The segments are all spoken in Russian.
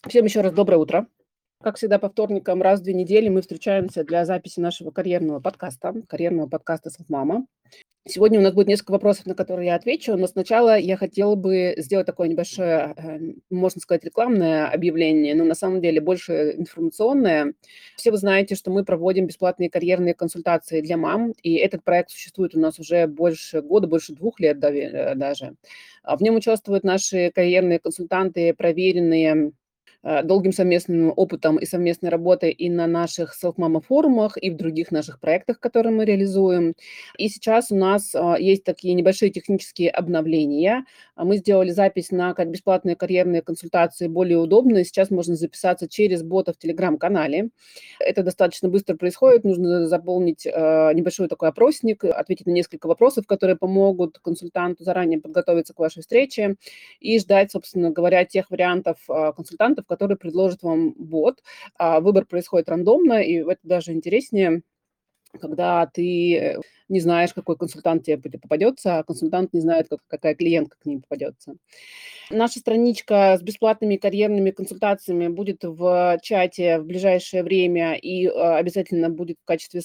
Всем еще раз доброе утро. Как всегда, по вторникам раз в 2 недели мы встречаемся для записи нашего карьерного подкаста «Селфмама». Сегодня у нас будет несколько вопросов, на которые я отвечу, но сначала я хотела бы сделать такое небольшое, можно сказать, рекламное объявление, но на самом деле больше информационное. Все вы знаете, что мы проводим бесплатные карьерные консультации для мам, и этот проект существует у нас уже больше года, больше 2 лет даже. В нем участвуют наши карьерные консультанты, проверенные долгим совместным опытом и совместной работой и на наших селф-мама-форумах, и в других наших проектах, которые мы реализуем. И сейчас у нас есть такие небольшие технические обновления. Мы сделали запись на бесплатные карьерные консультации более удобно. Сейчас можно записаться через бота в Телеграм-канале. Это достаточно быстро происходит. Нужно заполнить небольшой такой опросник, ответить на несколько вопросов, которые помогут консультанту заранее подготовиться к вашей встрече и ждать, собственно говоря, тех вариантов консультантов, которые предложит вам бот. Выбор происходит рандомно, и это даже интереснее, когда ты не знаешь, какой консультант тебе попадется, а консультант не знает, какая клиентка к ним попадется. Наша страничка с бесплатными карьерными консультациями будет в чате в ближайшее время и обязательно будет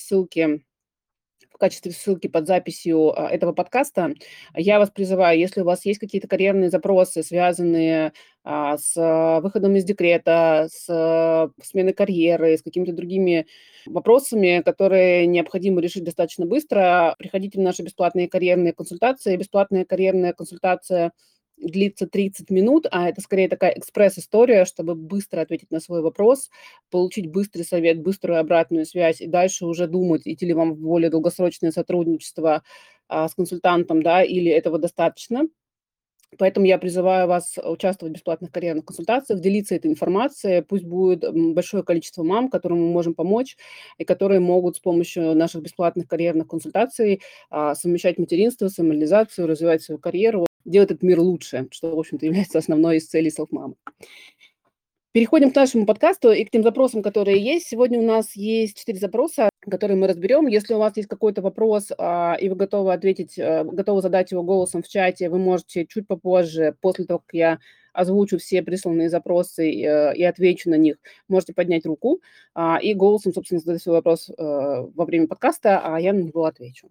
в качестве ссылки под записью этого подкаста. Я вас призываю, если у вас есть какие-то карьерные запросы, связанные с выходом из декрета, с сменой карьеры, с какими-то другими вопросами, которые необходимо решить достаточно быстро, приходите в наши бесплатные карьерные консультации. Бесплатная карьерная консультация длится 30 минут, а это скорее такая экспресс-история, чтобы быстро ответить на свой вопрос, получить быстрый совет, быструю обратную связь и дальше уже думать, идти ли вам в более долгосрочное сотрудничество с консультантом, да, или этого достаточно. Поэтому я призываю вас участвовать в бесплатных карьерных консультациях, делиться этой информацией. Пусть будет большое количество мам, которым мы можем помочь, и которые могут с помощью наших бесплатных карьерных консультаций совмещать материнство, самореализацию, развивать свою карьеру, делать этот мир лучше, что, в общем-то, является основной из целей селф-мамы. Переходим к нашему подкасту и к тем запросам, которые есть. Сегодня у нас есть 4 запроса, которые мы разберем. Если у вас есть какой-то вопрос, и вы готовы ответить, готовы задать его голосом в чате, вы можете чуть попозже, после того, как я озвучу все присланные запросы, и отвечу на них, можете поднять руку, и голосом, собственно, задать свой вопрос, во время подкаста, а я на него отвечу.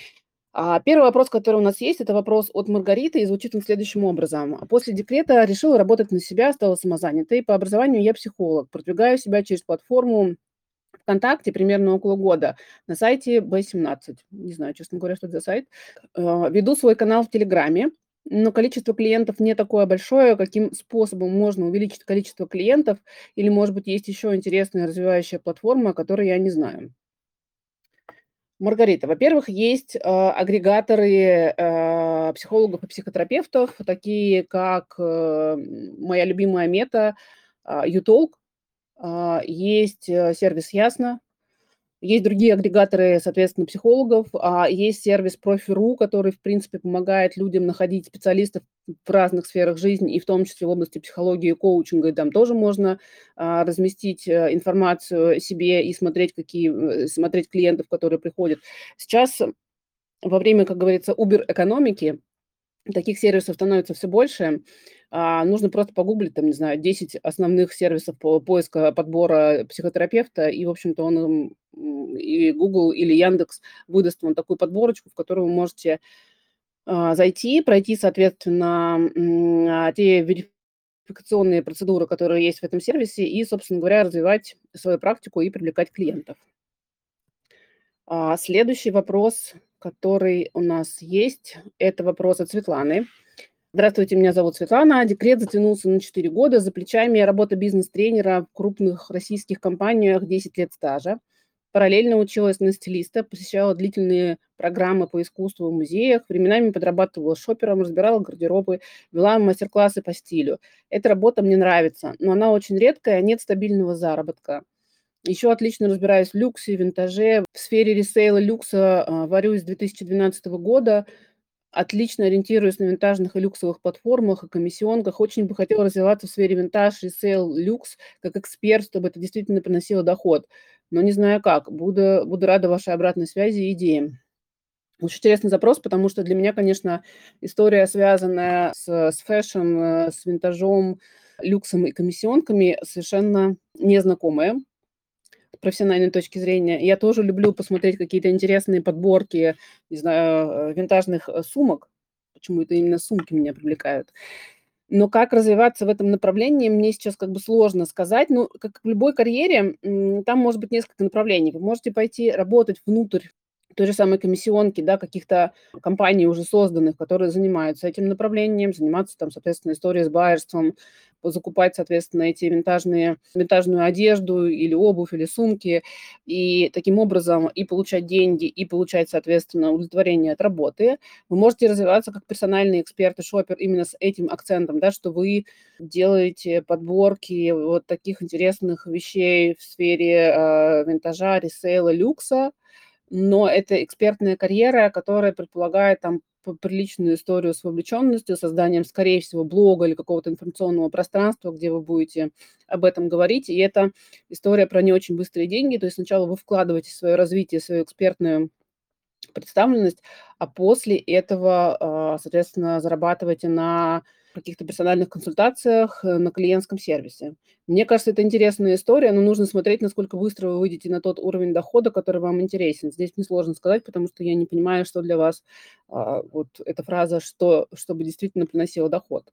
Первый вопрос, который у нас есть, это вопрос от Маргариты, и звучит он следующим образом. После декрета решила работать на себя, стала самозанятой. По образованию я психолог. Продвигаю себя через платформу ВКонтакте примерно около года на сайте B17. Не знаю, честно говоря, что это за сайт. Веду свой канал в Телеграме, но количество клиентов не такое большое. Каким способом можно увеличить количество клиентов? Или, может быть, есть еще интересная развивающая платформа, о которой я не знаю? Маргарита, во-первых, есть агрегаторы психологов и психотерапевтов, такие как моя любимая Мета, Ютолк, есть сервис Ясно, есть другие агрегаторы, соответственно, психологов, есть сервис Профи.ру, который, в принципе, помогает людям находить специалистов в разных сферах жизни, и в том числе в области психологии и коучинга. И там тоже можно разместить информацию о себе и смотреть клиентов, которые приходят. Сейчас во время, как говорится, Uber-экономики таких сервисов становится все больше. Нужно просто погуглить, там, не знаю, 10 основных сервисов по поиска подбора психотерапевта, и, в общем-то, и Google или Яндекс выдаст вам такую подборочку, в которую вы можете зайти, пройти, соответственно, те верификационные процедуры, которые есть в этом сервисе, и, собственно говоря, развивать свою практику и привлекать клиентов. Следующий вопрос, который у нас есть, это вопрос от Светланы. Здравствуйте, меня зовут Светлана. Декрет затянулся на 4 года. За плечами работа бизнес-тренера в крупных российских компаниях, 10 лет стажа. Параллельно училась на стилиста, посещала длительные программы по искусству в музеях, временами подрабатывала шопером, разбирала гардеробы, вела мастер-классы по стилю. Эта работа мне нравится, но она очень редкая, нет стабильного заработка. Еще отлично разбираюсь в люксе, винтаже. В сфере ресейла люкса варюсь с 2012 года. Отлично ориентируюсь на винтажных и люксовых платформах и комиссионках. Очень бы хотела развиваться в сфере винтаж, ресейл, люкс как эксперт, чтобы это действительно приносило доход. Но не знаю как. Буду рада вашей обратной связи и идеям. Очень интересный запрос, потому что для меня, конечно, история, связанная с фэшн, с винтажом, люксом и комиссионками совершенно незнакомая с профессиональной точки зрения. Я тоже люблю посмотреть какие-то интересные подборки, не знаю, винтажных, сумок. Почему-то именно сумки меня привлекают. Но как развиваться в этом направлении, мне сейчас как бы сложно сказать. Ну, как в любой карьере, там может быть несколько направлений. Вы можете пойти работать внутрь той же самой комиссионки, да, каких-то компаний уже созданных, которые занимаются этим направлением, заниматься там, соответственно, историей с байерством, закупать, соответственно, эти винтажную одежду или обувь, или сумки, и таким образом и получать деньги, и получать, соответственно, удовлетворение от работы. Вы можете развиваться как персональный эксперт и шопер именно с этим акцентом, да, что вы делаете подборки вот таких интересных вещей в сфере винтажа, ресейла, люкса, но это экспертная карьера, которая предполагает там приличную историю с вовлеченностью, созданием, скорее всего, блога или какого-то информационного пространства, где вы будете об этом говорить. И это история про не очень быстрые деньги. То есть сначала вы вкладываете в свое развитие, свою экспертную представленность, а после этого, соответственно, зарабатываете на каких-то персональных консультациях, на клиентском сервисе. Мне кажется, это интересная история, но нужно смотреть, насколько быстро вы выйдете на тот уровень дохода, который вам интересен. Здесь несложно сказать, потому что я не понимаю, что для вас, вот эта фраза, что чтобы действительно приносило доход.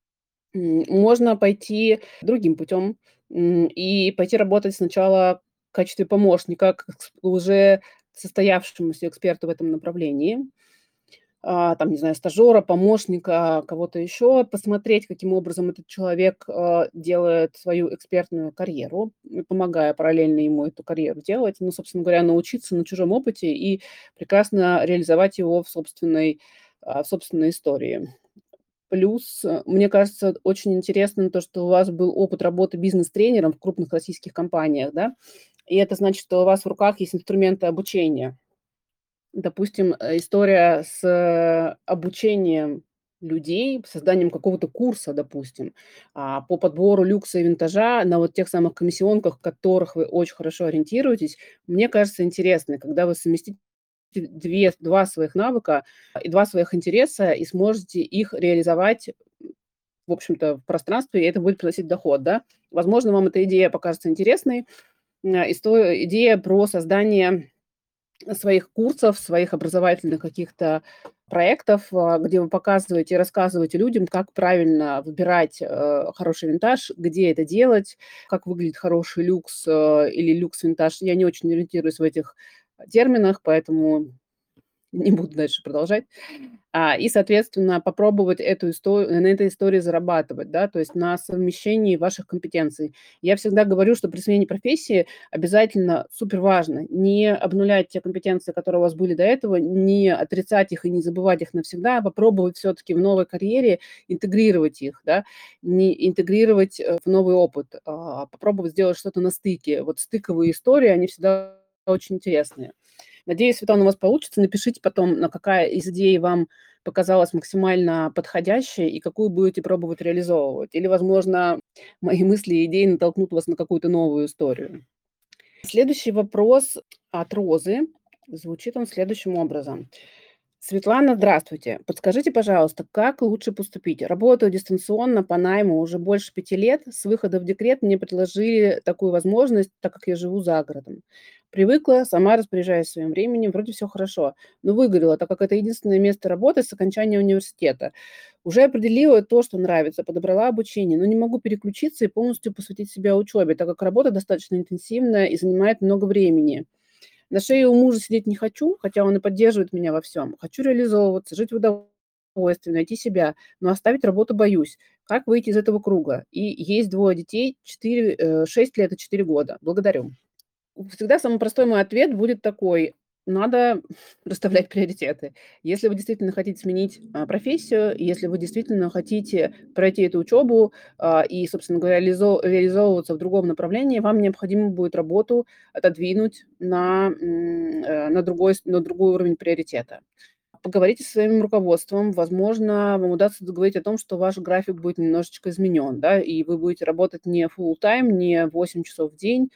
Можно пойти другим путем, и пойти работать сначала в качестве помощника к уже состоявшемуся эксперту в этом направлении, там, не знаю, стажера, помощника, кого-то еще, посмотреть, каким образом этот человек, делает свою экспертную карьеру, помогая параллельно ему эту карьеру делать. Ну, собственно говоря, научиться на чужом опыте и прекрасно реализовать его в собственной истории. Плюс, мне кажется, очень интересно то, что у вас был опыт работы бизнес-тренером в крупных российских компаниях, да, и это значит, что у вас в руках есть инструменты обучения. Допустим, история с обучением людей, созданием какого-то курса, допустим, по подбору люкса и винтажа на вот тех самых комиссионках, в которых вы очень хорошо ориентируетесь, мне кажется, интересно, когда вы совместите 2 своих навыка и 2 своих интереса и сможете их реализовать, в общем-то, в пространстве, и это будет приносить доход, да. Возможно, вам эта идея покажется интересной. Идея про создание своих курсов, своих образовательных каких-то проектов, где вы показываете и рассказываете людям, как правильно выбирать, хороший винтаж, где это делать, как выглядит хороший люкс, или люкс-винтаж. Я не очень ориентируюсь в этих терминах, поэтому не буду дальше продолжать. И, соответственно, попробовать на этой истории зарабатывать, да, то есть на совмещении ваших компетенций. Я всегда говорю, что при смене профессии обязательно супер важно не обнулять те компетенции, которые у вас были до этого, не отрицать их и не забывать их навсегда, а попробовать все-таки в новой карьере интегрировать их, да, не интегрировать в новый опыт, попробовать сделать что-то на стыке. Вот стыковые истории, они всегда очень интересные. Надеюсь, Светлана, у вас получится. Напишите потом, какая из идей вам показалась максимально подходящей и какую будете пробовать реализовывать. Или, возможно, мои мысли и идеи натолкнут вас на какую-то новую историю. Следующий вопрос от Розы. Звучит он следующим образом. Светлана, здравствуйте. Подскажите, пожалуйста, как лучше поступить? Работаю дистанционно по найму уже больше 5 лет. С выхода в декрет мне предложили такую возможность, так как я живу за городом. Привыкла, сама распоряжаюсь своим временем, вроде все хорошо. Но выгорела, так как это единственное место работы с окончания университета. Уже определила то, что нравится, подобрала обучение, но не могу переключиться и полностью посвятить себя учебе, так как работа достаточно интенсивная и занимает много времени. На шее у мужа сидеть не хочу, хотя он и поддерживает меня во всем. Хочу реализовываться, жить в удовольствии, найти себя, но оставить работу боюсь. Как выйти из этого круга? И есть 2 детей, 6 лет и 4 года. Благодарю. Всегда самый простой мой ответ будет такой: надо расставлять приоритеты. Если вы действительно хотите сменить, профессию, если вы действительно хотите пройти эту учебу, и, собственно говоря, реализовываться в другом направлении, вам необходимо будет работу отодвинуть на другой уровень приоритета. Поговорите со своим руководством. Возможно, вам удастся договорить о том, что ваш график будет немножечко изменен, да, и вы будете работать не full time, не 8 часов в день,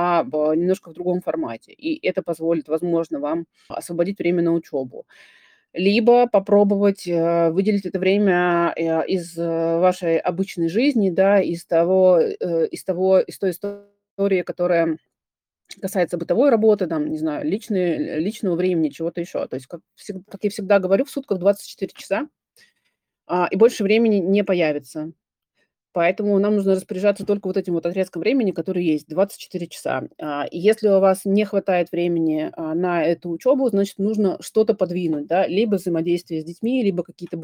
немножко в другом формате. И это позволит, возможно, вам освободить время на учебу. либо попробовать, выделить это время, из, вашей обычной жизни, да, из той истории, которая касается бытовой работы, там, не знаю, личного времени, чего-то еще. То есть, как я всегда говорю, в сутках 24 часа, и больше времени не появится. Поэтому нам нужно распоряжаться только вот этим вот отрезком времени, который есть, 24 часа. И если у вас не хватает времени, на эту учебу, значит, нужно что-то подвинуть, да, либо взаимодействие с детьми, либо какие-то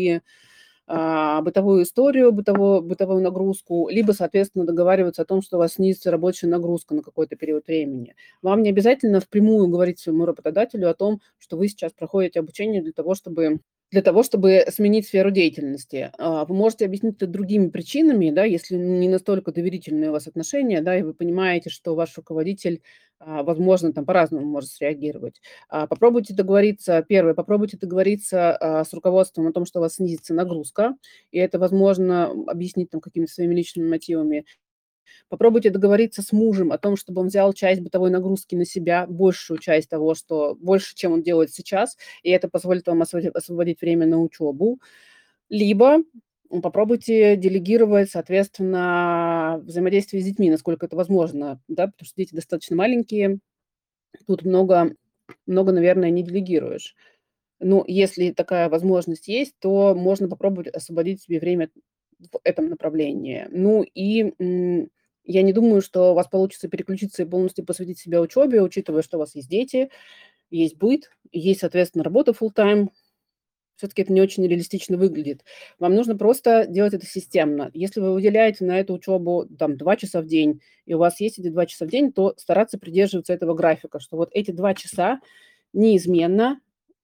бытовую историю, бытовую нагрузку, либо, соответственно, договариваться о том, что у вас снизится рабочая нагрузка на какой-то период времени. Вам не обязательно впрямую говорить своему работодателю о том, что вы сейчас проходите обучение для того, чтобы сменить сферу деятельности. Вы можете объяснить это другими причинами, да, если не настолько доверительные у вас отношения, да, и вы понимаете, что ваш руководитель, возможно, там по-разному может среагировать. Попробуйте договориться, первое, попробуйте договориться с руководством о том, что у вас снизится нагрузка, и это возможно объяснить там какими-то своими личными мотивами. Попробуйте договориться с мужем о том, чтобы он взял часть бытовой нагрузки на себя, большую часть того, что больше, чем он делает сейчас, и это позволит вам освободить время на учебу. Либо попробуйте делегировать, соответственно, взаимодействие с детьми, насколько это возможно, да, потому что дети достаточно маленькие, тут много, наверное, не делегируешь. Ну, если такая возможность есть, то можно попробовать освободить себе время в этом направлении. Ну и, я не думаю, что у вас получится переключиться и полностью посвятить себя учебе, учитывая, что у вас есть дети, есть быт, есть, соответственно, работа full-time. Все-таки это не очень реалистично выглядит. Вам нужно просто делать это системно. Если вы выделяете на эту учебу там 2 часа в день, и у вас есть эти 2 часа в день, то стараться придерживаться этого графика, что вот эти 2 часа неизменно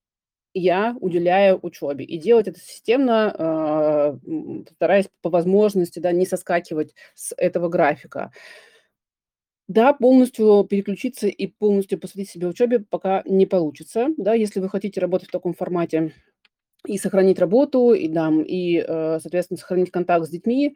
я уделяю учебе. И делать это системно, стараясь по возможности, да, не соскакивать с этого графика. Да, полностью переключиться и полностью посвятить себя учебе пока не получится, да, если вы хотите работать в таком формате. И сохранить работу, соответственно, сохранить контакт с детьми.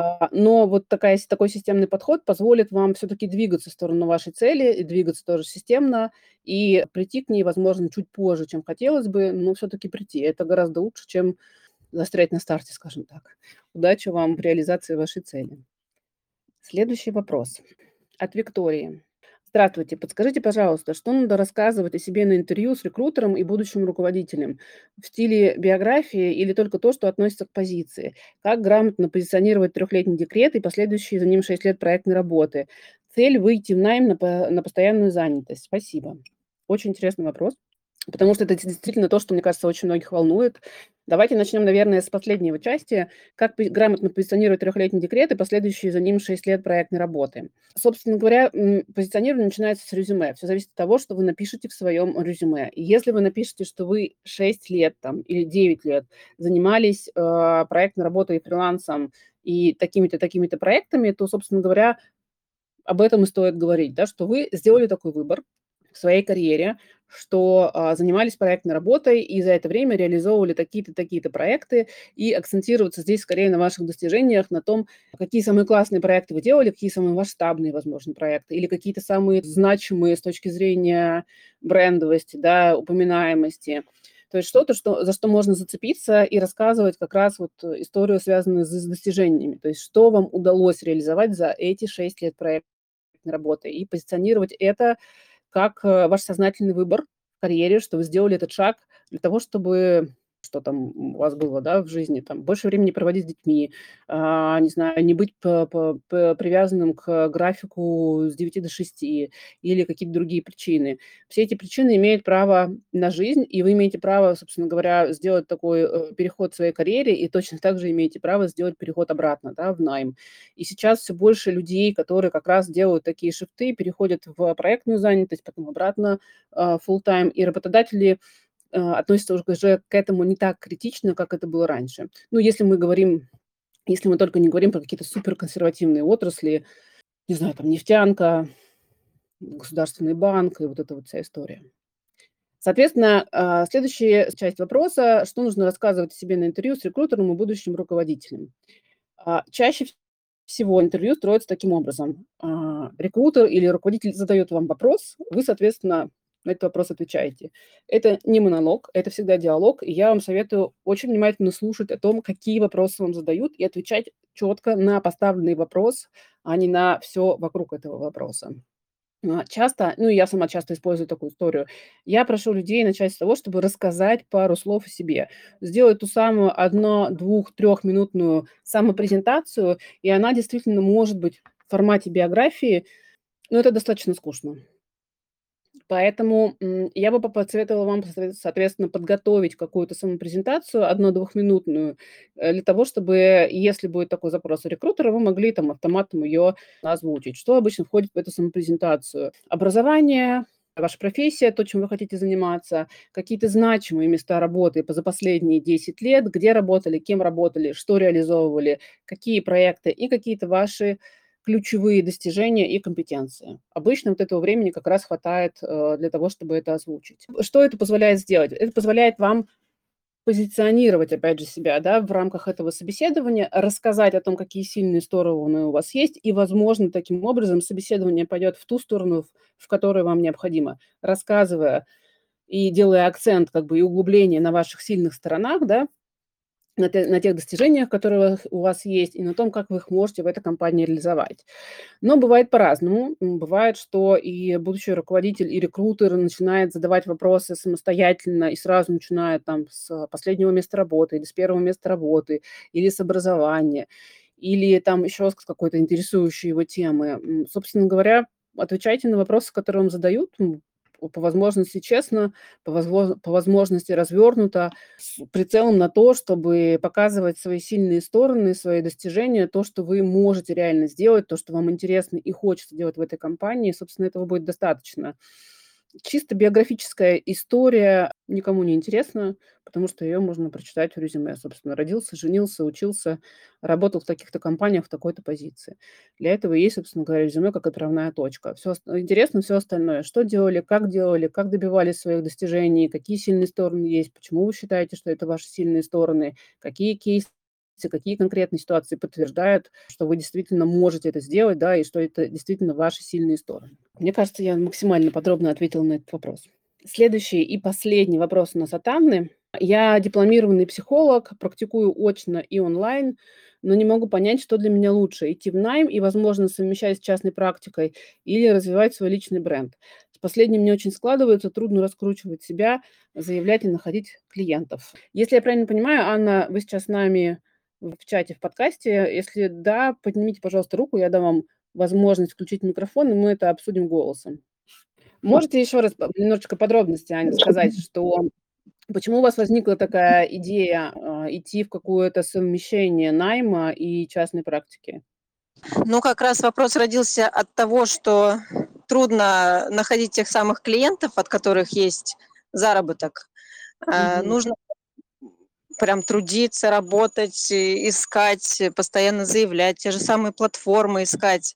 Но вот такой системный подход позволит вам все-таки двигаться в сторону вашей цели и двигаться тоже системно, и прийти к ней, возможно, чуть позже, чем хотелось бы, но все-таки прийти. Это гораздо лучше, чем застрять на старте, скажем так. Удачи вам в реализации вашей цели. Следующий вопрос от Виктории. Здравствуйте. Подскажите, пожалуйста, что надо рассказывать о себе на интервью с рекрутером и будущим руководителем? В стиле биографии или только то, что относится к позиции? Как грамотно позиционировать трехлетний декрет и последующие за ним 6 лет проектной работы? Цель– выйти в найм на постоянную занятость. Спасибо. Очень интересный вопрос. Потому что это действительно то, что, мне кажется, очень многих волнует. Давайте начнем, наверное, с последней части. Как грамотно позиционировать трехлетний декрет и последующие за ним 6 лет проектной работы. Собственно говоря, позиционирование начинается с резюме. Все зависит от того, что вы напишете в своем резюме. И если вы напишете, что вы 6 лет там, или 9 лет занимались проектной работой и фрилансом и такими-то, такими-то проектами, то, собственно говоря, об этом и стоит говорить, да, что вы сделали такой выбор в своей карьере, что занимались проектной работой и за это время реализовывали такие-то, такие-то проекты, и акцентироваться здесь скорее на ваших достижениях, на том, какие самые классные проекты вы делали, какие самые масштабные, возможно, проекты, или какие-то самые значимые с точки зрения брендовости, да, упоминаемости. То есть что-то, за что можно зацепиться и рассказывать как раз вот историю, связанную с достижениями. То есть что вам удалось реализовать за эти 6 лет проекта работы, и позиционировать это как, ваш сознательный выбор в карьере, что вы сделали этот шаг для того, чтобы что там у вас было, да, в жизни, там больше времени проводить с детьми, не знаю, не быть привязанным к графику с 9 до 6 или какие-то другие причины. Все эти причины имеют право на жизнь, и вы имеете право, собственно говоря, сделать такой, переход в своей карьере, и точно так же имеете право сделать переход обратно, да, в найм. И сейчас все больше людей, которые как раз делают такие шифты, переходят в проектную занятость, потом обратно, full-time, и работодатели, относятся уже к этому не так критично, как это было раньше. Ну, если мы только не говорим про какие-то суперконсервативные отрасли, не знаю, там нефтянка, государственный банк и вот эта вот вся история. Соответственно, следующая часть вопроса: что нужно рассказывать о себе на интервью с рекрутером и будущим руководителем? Чаще всего интервью строится таким образом. Рекрутер или руководитель задает вам вопрос, вы, соответственно, на этот вопрос отвечаете. Это не монолог, это всегда диалог, и я вам советую очень внимательно слушать о том, какие вопросы вам задают, и отвечать четко на поставленный вопрос, а не на все вокруг этого вопроса. Часто, ну, и я сама часто использую такую историю, я прошу людей начать с того, чтобы рассказать пару слов о себе. Сделать ту самую 1, 2, 3 минутную самопрезентацию, и она действительно может быть в формате биографии, но это достаточно скучно. Поэтому, я бы посоветовала вам, соответственно, подготовить какую-то самопрезентацию 1 двухминутную, для того, чтобы, если будет такой запрос у рекрутера, вы могли там автоматом ее озвучить. Что обычно входит в эту самопрезентацию? Образование, ваша профессия, то, чем вы хотите заниматься, какие-то значимые места работы за последние 10 лет, где работали, кем работали, что реализовывали, какие проекты и какие-то ваши ключевые достижения и компетенции. Обычно вот этого времени как раз хватает, для того, чтобы это озвучить. Что это позволяет сделать? Это позволяет вам позиционировать, опять же, себя, да, в рамках этого собеседования, рассказать о том, какие сильные стороны у вас есть, и, возможно, таким образом собеседование пойдет в ту сторону, в которой вам необходимо. Рассказывая и делая акцент, как бы, и углубление на ваших сильных сторонах, да, на тех достижениях, которые у вас есть, и на том, как вы их можете в этой компании реализовать. Но бывает по-разному. Бывает, что и будущий руководитель, и рекрутер начинает задавать вопросы самостоятельно и сразу начинает там с последнего места работы, или с первого места работы, или с образования, или там еще с какой-то интересующей его темы. Собственно говоря, отвечайте на вопросы, которые вам задают, по возможности честно, по возможности развернуто, с прицелом на то, чтобы показывать свои сильные стороны, свои достижения, то, что вы можете реально сделать, то, что вам интересно и хочется делать в этой компании. Собственно, этого будет достаточно. Чисто биографическая история никому не интересна, потому что ее можно прочитать в резюме. Собственно, родился, женился, учился, работал в таких-то компаниях в такой-то позиции. Для этого и есть, собственно говоря, резюме как отправная точка. Всё интересно все остальное. Что делали, как добивались своих достижений, какие сильные стороны есть, почему вы считаете, что это ваши сильные стороны, какие кейсы, какие конкретные ситуации подтверждают, что вы действительно можете это сделать, да, и что это действительно ваши сильные стороны. Мне кажется, я максимально подробно ответила на этот вопрос. Следующий и последний вопрос у нас от Анны. Я дипломированный психолог, практикую очно и онлайн, но не могу понять, что для меня лучше: идти в найм и, возможно, совмещать с частной практикой или развивать свой личный бренд. С последним не очень складывается, трудно раскручивать себя, заявлять и находить клиентов. Если я правильно понимаю, Анна, вы сейчас с нами в чате, в подкасте? Если да, поднимите, пожалуйста, руку, я дам вам возможность включить микрофон, и мы это обсудим голосом. Можете еще раз немножечко подробности, Аня, сказать, что почему у вас возникла такая идея, идти в какое-то совмещение найма и частной практики? Ну, как раз вопрос родился от того, что трудно находить тех самых клиентов, от которых есть заработок. Мгм. Нужно прям трудиться, работать, искать, постоянно заявлять, те же самые платформы искать.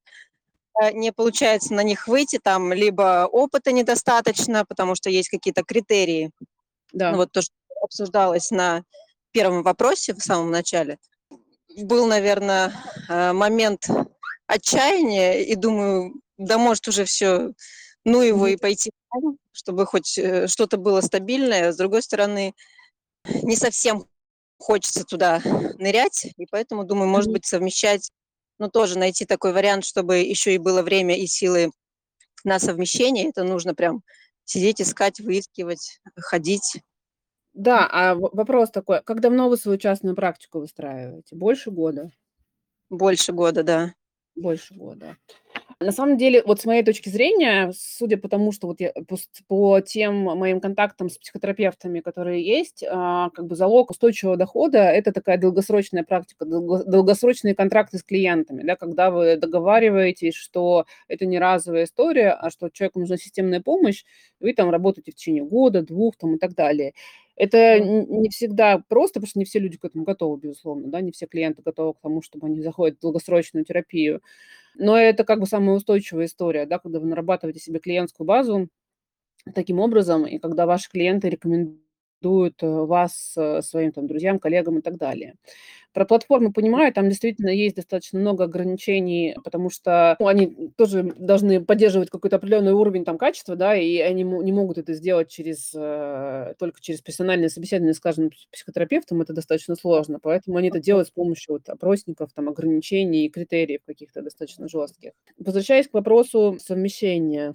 Не получается на них выйти, там либо опыта недостаточно, потому что есть какие-то критерии. Ну, Да. вот то, что обсуждалось на первом вопросе в самом начале. Был, наверное, момент отчаяния и думаю, да может уже все, ну его Мгм. и пойти, в найм, чтобы хоть, что-то было стабильное. С другой стороны, не совсем хочется туда нырять, и поэтому думаю, может Мгм. быть, совмещать, ну, тоже найти такой вариант, чтобы еще и было время и силы на совмещение. Это нужно прям сидеть, искать, выискивать, ходить Да, а вопрос такой: как давно вы свою частную практику выстраиваете? Больше года? больше года, да. Больше года. На самом деле, вот с моей точки зрения, судя по тому, что вот я по тем моим контактам с психотерапевтами, которые есть, как бы залог устойчивого дохода — это такая долгосрочная практика, долгосрочные контракты с клиентами, да, когда вы договариваетесь, что это не разовая история, а что человеку нужна системная помощь, и вы там работаете в течение года, 2 там и так далее. Это не всегда просто, потому что не все люди к этому готовы, безусловно, да, не все клиенты готовы к тому, чтобы они заходят в долгосрочную терапию. Но это как бы самая устойчивая история, да, когда вы нарабатываете себе клиентскую базу таким образом, и когда ваши клиенты рекомендуют вас своим там друзьям, коллегам и так далее. Про платформу понимаю, там действительно есть достаточно много ограничений, потому что, ну, они тоже должны поддерживать какой-то определенный уровень там качества, да, и они не могут это сделать только через персональное собеседование, скажем, с психотерапевтом, это достаточно сложно, поэтому они это делают с помощью вот опросников, там, ограничений и критериев каких-то достаточно жестких. Возвращаясь к вопросу совмещения,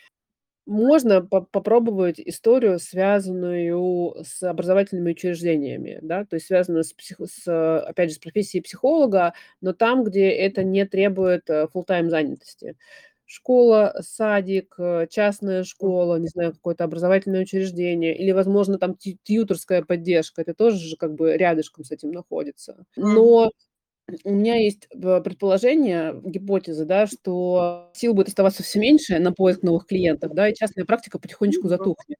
можно попробовать историю, связанную с образовательными учреждениями, да, то есть связанную опять же, с профессией психолога, но там, где это не требует, full-time занятости. Школа, садик, частная школа, не знаю, какое-то образовательное учреждение или, возможно, там тьюторская поддержка. Это тоже же как бы рядышком с этим находится. Мгм. Но у меня есть предположение, гипотеза, да, что сил будет оставаться все меньше на поиск новых клиентов, да, и частная практика потихонечку Мгм. затухнет.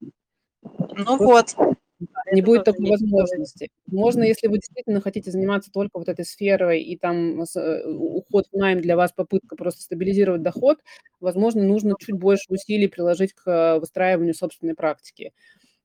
Ну Просто вот, не это будет тоже такой есть теория. возможности. Можно, если вы действительно хотите заниматься только вот этой сферой, и там уход в найм для вас попытка просто стабилизировать доход, возможно, нужно чуть больше усилий приложить к выстраиванию собственной практики.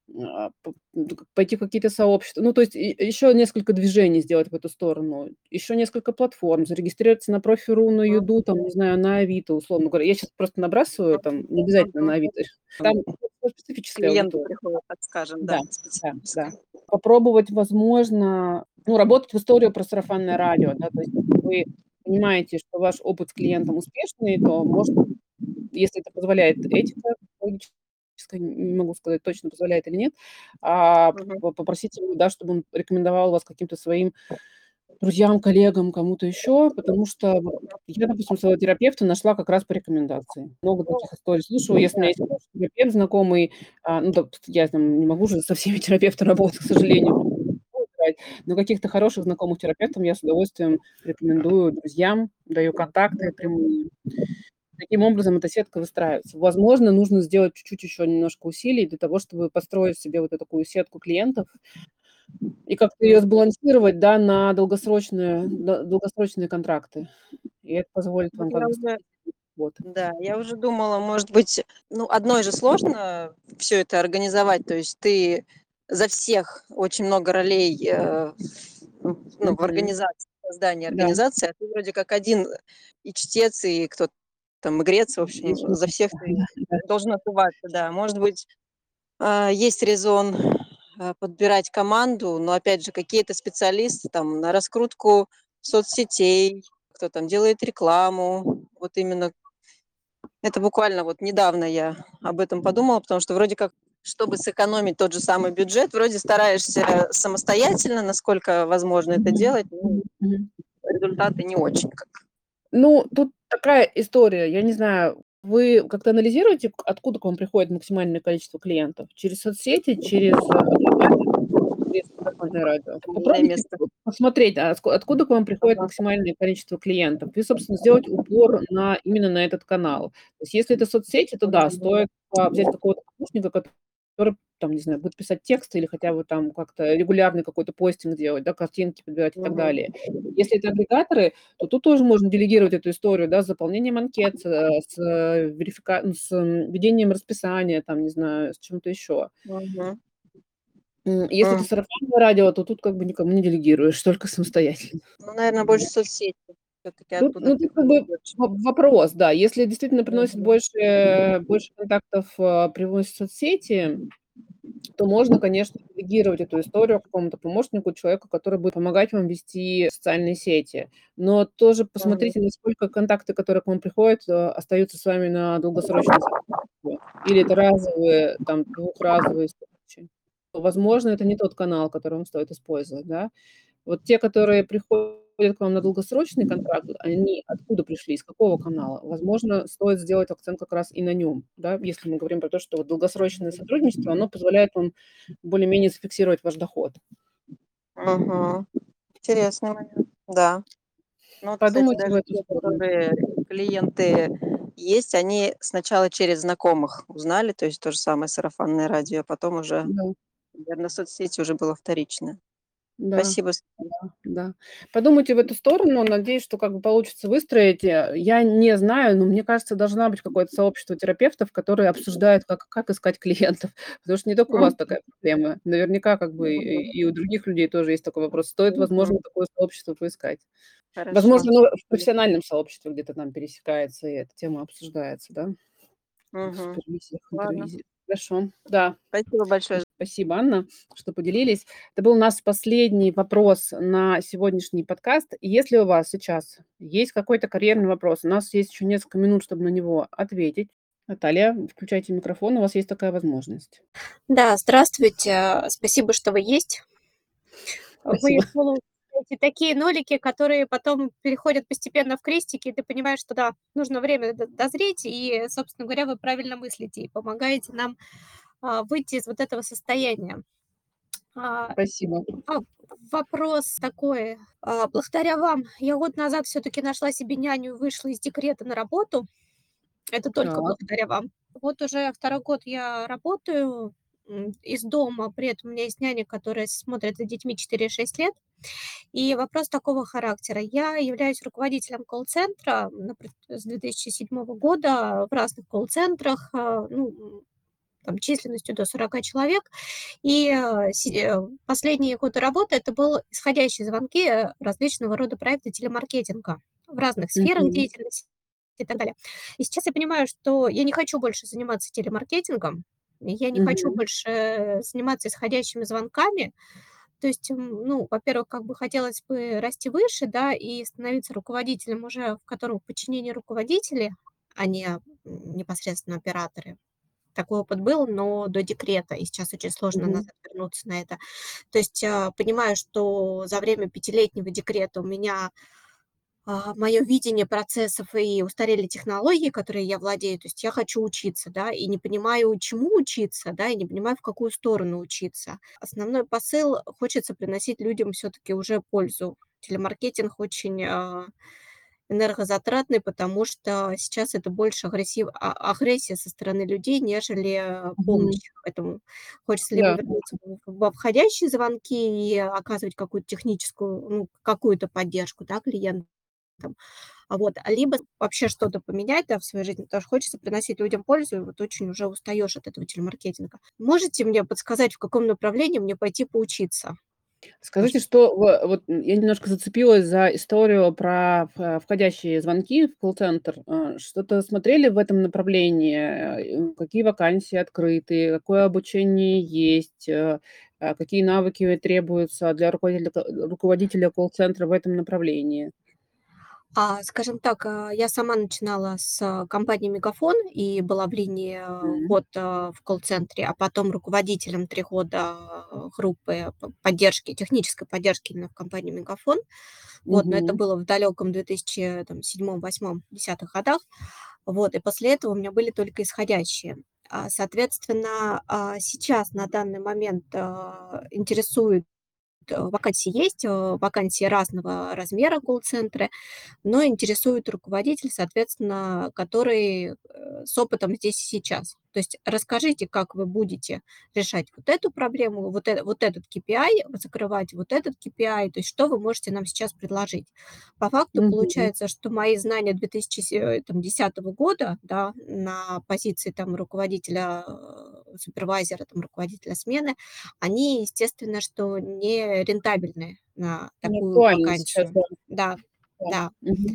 Пойти в какие-то сообщества. Ну, то есть еще несколько движений сделать в эту сторону, еще несколько платформ, зарегистрироваться на Профи.ру, на Мгм. Юду, там, не знаю, на Авито, условно говоря. Я сейчас просто набрасываю, там, не обязательно Мгм. на Авито. Там специфическая Клиенты аудитория. приходят, так скажем, Да, да, да, да. специфическая. Попробовать, возможно, ну, работать в историю про сарафанное радио, да, то есть если вы понимаете, что ваш опыт с клиентом успешный, то, может, если это позволяет этика психологическая, не могу сказать, точно позволяет или нет, Мгм. попросить его, да, чтобы он рекомендовал вас каким-то своим друзьям, коллегам, кому-то еще, потому что вот я, допустим, своего терапевта нашла как раз по рекомендации. Много таких историй слушала. Если у меня есть хороший терапевт знакомый, ну, я там не могу же со всеми терапевтами работать, к сожалению, выбирать, но каких-то хороших знакомых терапевтов я с удовольствием рекомендую друзьям, даю контакты прямые. Таким образом эта сетка выстраивается. Возможно, нужно сделать чуть-чуть еще немножко усилий для того, чтобы построить себе вот эту такую сетку клиентов и как-то ее Мгм. сбалансировать, да, на долгосрочные контракты. И это позволит Вот вам я как бы уже стабилизировать доход. Да, я уже думала, может быть, ну, одной же сложно все это организовать. То есть ты за всех очень много ролей, ну, в Мгм. организации, в создании Да, организации, а ты вроде как один и чтец, и кто там игрец, в и общем, за всех журналист. ты Да, должен отдуваться, да. Может быть, есть резон, подбирать команду, но, опять же, какие-то специалисты там на раскрутку соцсетей, кто там делает рекламу. Вот именно это буквально вот недавно я об этом подумала, потому что вроде как, чтобы сэкономить тот же самый бюджет, вроде стараешься самостоятельно, насколько возможно это Мгм. делать, но Мгм. Мгм. результаты не очень как. Ну, тут такая история. Я не знаю, вы как-то анализируете, откуда к вам приходит максимальное количество клиентов? Через соцсети, через агрегаторы, через сарафанное радио? Коммунальное Попробуйте место. посмотреть, откуда к вам приходит Ага. максимальное количество клиентов. И, собственно, сделать упор именно на этот канал. То есть если это соцсети, то да, стоит взять какого-то помощника, который, там, не знаю, будет писать тексты или хотя бы там как-то регулярный какой-то постинг делать, да, картинки подбирать и так Мгм. далее. Если это агрегаторы, то тут тоже можно делегировать эту историю, да, с заполнением анкет, ведением расписания, там, не знаю, с чем-то еще. Мгм. Если это М. сарафанное радио, то тут как бы никому не делегируешь, только самостоятельно. Ну, наверно, больше соцсети. Всё-таки Тут, оттуда ну, тут как бы приходит больше. вопрос, да. Если действительно приносит Мгм. больше контактов, привносят соцсети, то можно, конечно, делегировать эту историю какому-то помощнику, человеку, который будет помогать вам вести социальные сети. Но тоже Мгм. посмотрите, насколько контакты, которые к вам приходят, остаются с вами на долгосрочной цепочке. Или это разовые, там, двухразовые встречи. Возможно, это не тот канал, который вам стоит использовать, да. Вот те, которые приходят к вам на долгосрочный контракт, вот они откуда пришли, из какого канала? Возможно, стоит сделать акцент как раз и на нем, да, если мы говорим про то, что вот долгосрочное сотрудничество, оно позволяет вам более-менее зафиксировать ваш доход. Мгм. Интересный момент. Да. Ну вот, кстати, Подумайте в даже эту те, сторону. которые клиенты есть, они сначала через знакомых узнали, то есть то же самое сарафанное радио, а потом уже, Да. наверно, соцсети уже было вторично. Да. Спасибо. Да. Подумайте в эту сторону. Надеюсь, что как бы получится выстроить. Я не знаю, но мне кажется, должна быть какое-то сообщество терапевтов, которые обсуждают, как искать клиентов. Потому что не только у вас такая проблема. Наверняка как бы и у других людей тоже есть такой вопрос. Стоит, Мгм. возможно, такое сообщество поискать. Хорошо. Возможно, оно в профессиональном сообществе где-то там пересекается, и эта тема обсуждается, да, в Мгм. супервизиях, Ладно. интервизиях. Хорошо. Да. Спасибо большое. Спасибо, Анна, что поделились. Это был у нас последний вопрос на сегодняшний подкаст. Если у вас сейчас есть какой-то карьерный вопрос, у нас есть еще несколько минут, чтобы на него ответить. Наталья, включайте микрофон, у вас есть такая возможность. Да, здравствуйте. Спасибо, что вы есть. Вы Спасибо. получаете такие нолики, которые потом переходят постепенно в крестики, и ты понимаешь, что да, нужно время дозреть, и, собственно говоря, вы правильно мыслите и помогаете нам выйти из вот этого состояния. А, Спасибо. а, Вопрос такой. Благодаря вам я год назад все-таки нашла себе няню и вышла из декрета на работу. Это только Так. благодаря вам. Вот уже второй год я работаю из дома, при этом у меня есть няня, которая смотрит за детьми 4-6 лет. И вопрос такого характера. Я являюсь руководителем колл-центра с 2007 года в разных колл-центрах, там, численностью до 40 человек. И последние годы работы это был исходящие звонки различного рода проекты телемаркетинга в разных сферах Мгм. деятельности и так далее. И сейчас я понимаю, что я не хочу больше заниматься телемаркетингом, я не хочу Мгм. больше заниматься исходящими звонками. То есть, во-первых, как бы хотелось бы расти выше, да, и становиться руководителем уже, в котором в подчинении руководители, а не непосредственно операторы. Такой опыт был, но до декрета, и сейчас очень сложно Мгм. назад вернуться на это. То есть, понимаю, что за время пятилетнего декрета у меня мое видение процессов и устарели технологии, которые я владею. То есть я хочу учиться, да, и не понимаю, чему учиться, да, и не понимаю, в какую сторону учиться. Основной посыл: хочется приносить людям все-таки уже пользу. Телемаркетинг очень энергозатратный, потому что сейчас это больше агрессия со стороны людей, нежели Мгм. помощь. Поэтому хочется либо Да. вернуться в обходящие звонки и оказывать какую-то техническую, какую-то поддержку, да, клиентам. Либо вообще что-то поменять, да, в своей жизни, потому что хочется приносить людям пользу, и вот очень уже устаешь от этого телемаркетинга. Можете мне подсказать, в каком направлении мне пойти поучиться? Может. Скажите, что вот я немножко зацепилась за историю про входящие звонки в колл-центр. Что-то смотрели в этом направлении? Какие вакансии открыты? Какое обучение есть? Какие навыки требуются для руководителя колл-центра в этом направлении? Скажем так, я сама начинала с компании «Мегафон» и была в линии М. год в колл-центре, а потом руководителем 3 года группы поддержки, технической поддержки именно в компании «Мегафон». Но это Мгм. было в далеком 2007, 8, 10 годах. И после этого у меня были только исходящие. Соответственно, сейчас на данный момент интересует вакансии есть, вакансии разного размера колл-центры, но интересует руководитель, соответственно, который с опытом здесь и сейчас. То есть расскажите, как вы будете решать вот эту проблему, вот этот KPI, закрывать вот этот KPI, то есть что вы можете нам сейчас предложить. По факту Мгм. получается, что мои знания 2010 года, да, на позиции там руководителя, супервайзера, там, руководителя смены, они, естественно, что не рентабельны на Не такую актуально сейчас, вакансию. да. Да, Да. да. Мгм.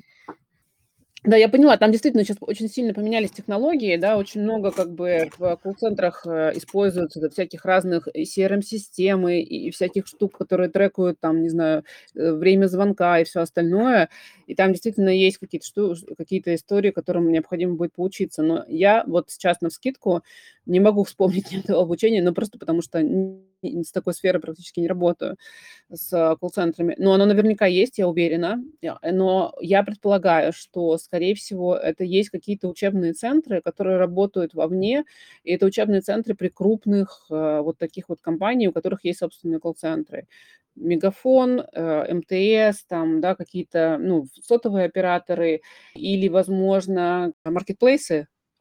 Да, я поняла, там действительно сейчас очень сильно поменялись технологии, да, очень много как бы в колл-центрах, используется всяких разных и CRM-системы, и всяких штук, которые трекают там, не знаю, время звонка и все остальное. И там действительно есть какие-то истории, которым необходимо будет поучиться. Но я вот сейчас навскидку не могу вспомнить ни одного обучения, ну, просто потому что с такой сферой практически не работаю с колл-центрами. Но оно наверняка есть, я уверена. Но я предполагаю, что, скорее всего, это есть какие-то учебные центры, которые работают вовне, и это учебные центры при крупных, вот таких вот компаний, у которых есть собственные колл-центры. Мегафон, МТС, там, да, какие-то, ну, сотовые операторы или, возможно, маркетплейсы,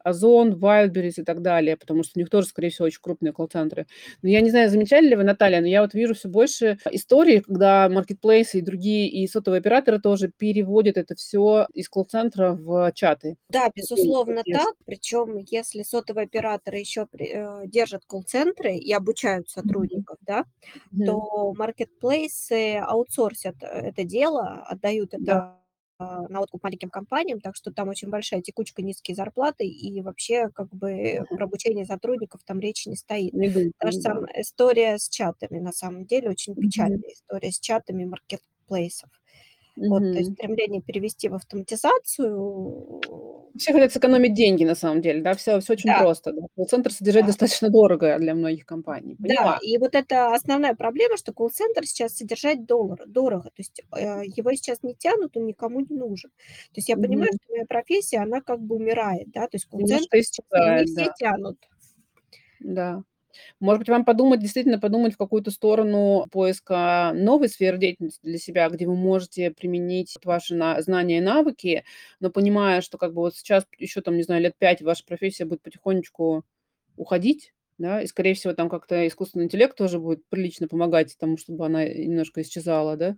Озон, Wildberries и так далее, потому что у них тоже, скорее всего, очень крупные колл-центры. Но я не знаю, замечали ли вы, Наталья, но я вот вижу все больше историй, когда маркетплейсы и другие, и сотовые операторы тоже переводят это все из колл-центра в чаты. Да, Такой безусловно, протест. так. Причем, если сотовые операторы еще держат колл-центры и обучают Мгм. сотрудников, да, Мгм. то маркетплейсы аутсорсят это дело, отдают Да, это на откуп маленьким компаниям, так что там очень большая текучка, низкие зарплаты, и вообще как бы про обучение сотрудников там речи не стоит. не Та же думаю, да. самая история с чатами, на самом деле, очень Мгм. печальная история с чатами маркетплейсов. Вот, то есть Мгм. стремление перевести в автоматизацию. Все хотят сэкономить деньги на самом деле, да, все очень Да, просто, да. Колл-центр содержать да. достаточно дорого для многих компаний. Да, Поняла. и вот это основная проблема, что колл-центр сейчас содержать дорого. То есть, его сейчас не тянут, он никому не нужен. То есть я понимаю, Мгм. что моя профессия, она как бы умирает, да, то есть колл-центр Немножко сейчас не исчезает, все да, тянут. да. Может быть, вам подумать, действительно подумать в какую-то сторону поиска новой сферы деятельности для себя, где вы можете применить вот ваши знания и навыки, но понимая, что как бы вот сейчас еще там, не знаю, лет 5 ваша профессия будет потихонечку уходить, да, и, скорее всего, там как-то искусственный интеллект тоже будет прилично помогать тому, чтобы она немножко исчезала, да,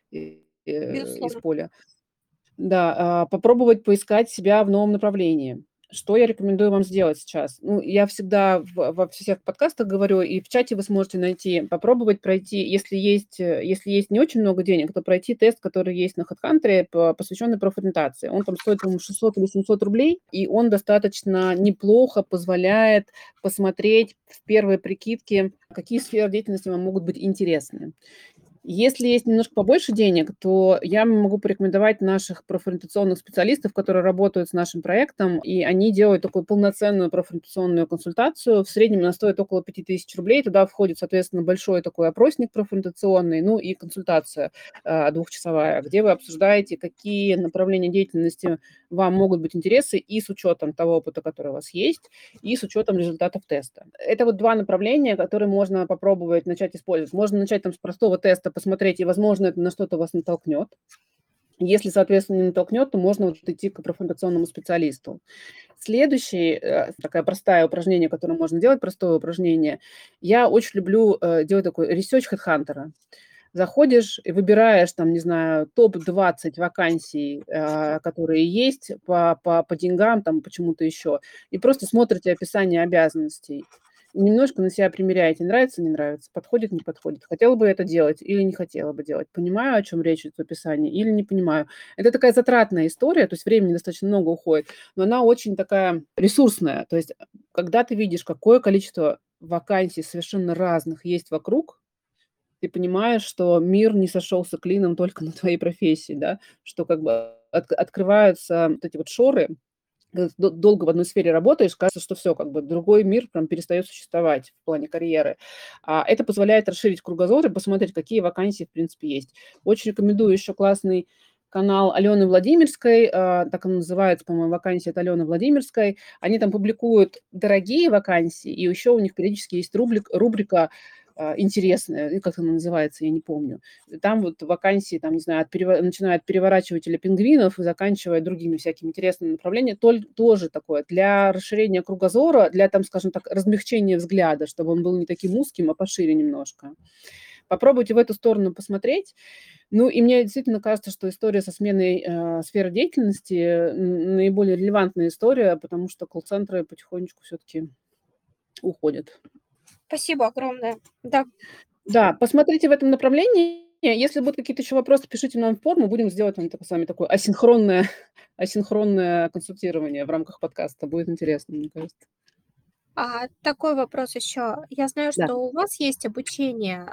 из Безусловно. поля. Да, попробовать поискать себя в новом направлении. Что я рекомендую вам сделать сейчас? Ну, я всегда во всех подкастах говорю, и в чате вы сможете найти, попробовать пройти, если есть не очень много денег, то пройти тест, который есть на HeadHunter, посвященный профориентации. Он там стоит, по-моему, 600 или 700 рублей, и он достаточно неплохо позволяет посмотреть в первой прикидке, какие сферы деятельности вам могут быть интересны. Если есть немножко побольше денег, то я могу порекомендовать наших профориентационных специалистов, которые работают с нашим проектом, и они делают такую полноценную профориентационную консультацию. В среднем она стоит около 5000 рублей. Туда входит, соответственно, большой такой опросник профориентационный, ну и консультация двухчасовая, где вы обсуждаете, какие направления деятельности вам могут быть интересны, и с учетом того опыта, который у вас есть, и с учетом результатов теста. Это вот два направления, которые можно попробовать начать использовать. Можно начать там с простого теста, посмотреть, и, возможно, это на что-то вас натолкнет. Если, соответственно, не натолкнет, то можно вот идти к профориентационному специалисту. Следующее, такое простое упражнение, которое можно делать, простое упражнение. Я очень люблю делать такой research HeadHunter. Заходишь и выбираешь там, не знаю, топ-20 вакансий, которые есть по деньгам, там, почему-то еще, и просто смотрите описание обязанностей. И немножко на себя примеряете, нравится, не нравится, подходит, не подходит. Хотела бы это делать или не хотела бы делать? Понимаю, о чем речь в описании или не понимаю? Это такая затратная история, то есть времени достаточно много уходит, но она очень такая ресурсная. То есть когда ты видишь, какое количество вакансий совершенно разных есть вокруг, ты понимаешь, что мир не сошелся клином только на твоей профессии, да, что как бы открываются вот эти вот шоры. Когда ты долго в одной сфере работаешь, кажется, что все, как бы другой мир прям перестает существовать в плане карьеры. Это позволяет расширить кругозор и посмотреть, какие вакансии в принципе есть. Очень рекомендую еще классный канал Алены Владимирской, так он называется, по-моему, "Вакансии от Алены Владимирской". Они там публикуют дорогие вакансии, и еще у них периодически есть рубрика интересная, и как она называется, я не помню. Там вот вакансии, там, не знаю, начиная от переворачивателя пингвинов и заканчивая другими всякими интересными направлениями, тоже такое для расширения кругозора, для, там, скажем так, размягчения взгляда, чтобы он был не таким узким, а пошире немножко. Попробуйте в эту сторону посмотреть. Ну, и мне действительно кажется, что история со сменой сферы деятельности наиболее релевантная история, потому что колл-центры потихонечку все-таки уходят. Спасибо огромное. Да, Да, посмотрите в этом направлении. Если будут какие-то еще вопросы, пишите нам в форму. Будем сделать вам с вами такое асинхронное асинхронное консультирование в рамках подкаста. Будет интересно, мне кажется. такой вопрос еще. Я знаю, Да. что у вас есть обучение,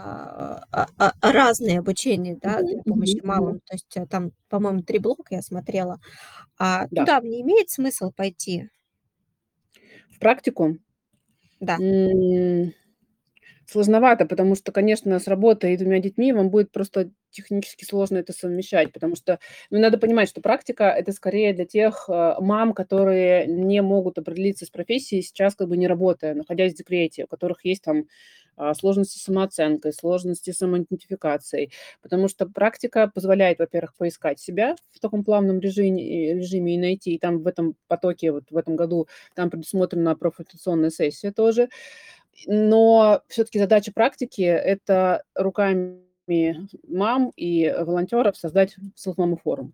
разные обучения, да, Мгм, для мгм, помощи мгм. мамам. То есть, там, по-моему, 3 блока я смотрела. Да. Туда мне имеет смысл пойти? В практику, Да. м, сложновато, потому что, конечно, с работой и 2 детьми вам будет просто технически сложно это совмещать, потому что, ну, надо понимать, что практика- это скорее для тех, мам, которые не могут определиться с профессией сейчас, как бы не работая, находясь в декрете, у которых есть там, сложности с самооценкой, сложности с самоидентификацией. Потому что практика позволяет, во-первых, поискать себя в таком плавном режиме и найти. И там в этом потоке, вот в этом году, там предусмотрена профориентационная сессия тоже. Но все-таки задача практики– это руками мам и волонтеров создать селф-маму форум.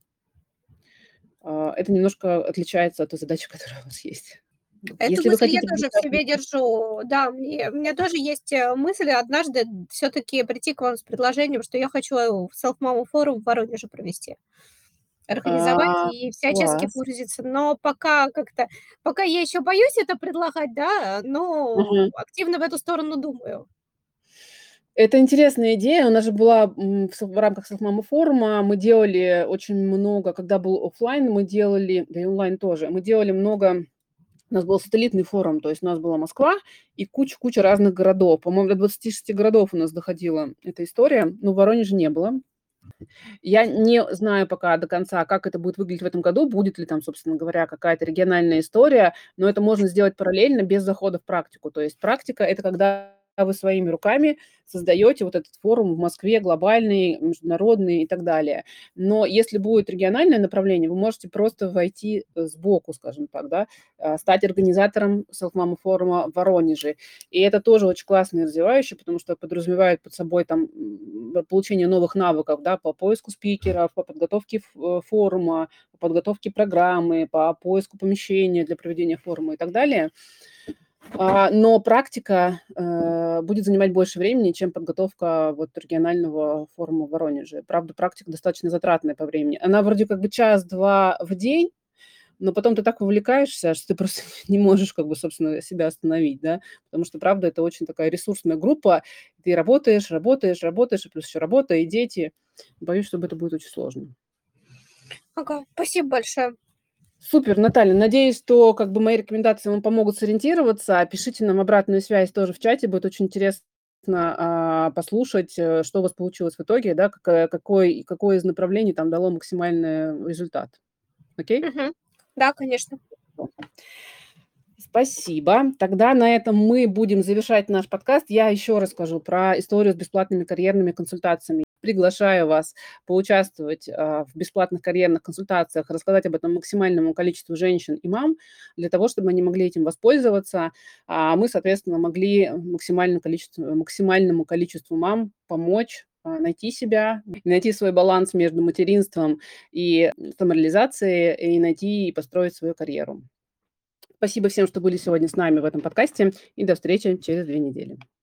Это немножко отличается от той задачи, которая у вас есть. Эту Если вы мысль я хотите тоже в себе держу. Да, у меня тоже есть мысль однажды все-таки прийти к вам с предложением, что я хочу селф-маму форум в Воронеже провести, организовать и всячески класс. выразиться. Но пока я еще боюсь это предлагать, да, но Мгм. активно в эту сторону думаю. Это интересная идея. У нас же была в рамках селф-мамы форума, мы делали очень много, когда был оффлайн, мы делали, да и онлайн тоже, мы делали много. У нас был сателлитный форум, то есть у нас была Москва и куча-куча разных городов. По-моему, до 26 городов у нас доходила эта история, но в Воронеже не было. Я не знаю пока до конца, как это будет выглядеть в этом году, будет ли там, собственно говоря, какая-то региональная история, но это можно сделать параллельно без захода в практику. То есть практика– это когда вы своими руками создаете вот этот форум в Москве, глобальный, международный и так далее. Но если будет региональное направление, вы можете просто войти сбоку, скажем так, да, стать организатором селф-мамы форума в Воронеже. И это тоже очень классно и развивающе, потому что подразумевает под собой там получение новых навыков, да, по поиску спикеров, по подготовке форума, по подготовке программы, по поиску помещения для проведения форума и так далее. Но практика будет занимать больше времени, чем подготовка вот регионального форума в Воронеже. Правда, практика достаточно затратная по времени. Она вроде как бы час-два в день, но потом ты так увлекаешься, что ты просто не можешь, как бы, собственно, себя остановить, да, потому что, правда, это очень такая ресурсная группа. Ты работаешь, и плюс еще работа, и дети. Боюсь, что это будет очень сложно. Ага, спасибо большое. Супер, Наталья. Надеюсь, что как бы мои рекомендации вам помогут сориентироваться. Пишите нам обратную связь тоже в чате. Будет очень интересно послушать, что у вас получилось в итоге, да, какое из направлений там дало максимальный результат. Окей? Мгм. Да, конечно. Спасибо. Тогда на этом мы будем завершать наш подкаст. Я еще расскажу про историю с бесплатными карьерными консультациями. Приглашаю вас поучаствовать в бесплатных карьерных консультациях, рассказать об этом максимальному количеству женщин и мам, для того, чтобы они могли этим воспользоваться, а мы, соответственно, могли максимальному количеству мам помочь найти себя, найти свой баланс между материнством и самореализацией, и найти и построить свою карьеру. Спасибо всем, что были сегодня с нами в этом подкасте, и до встречи через 2 недели.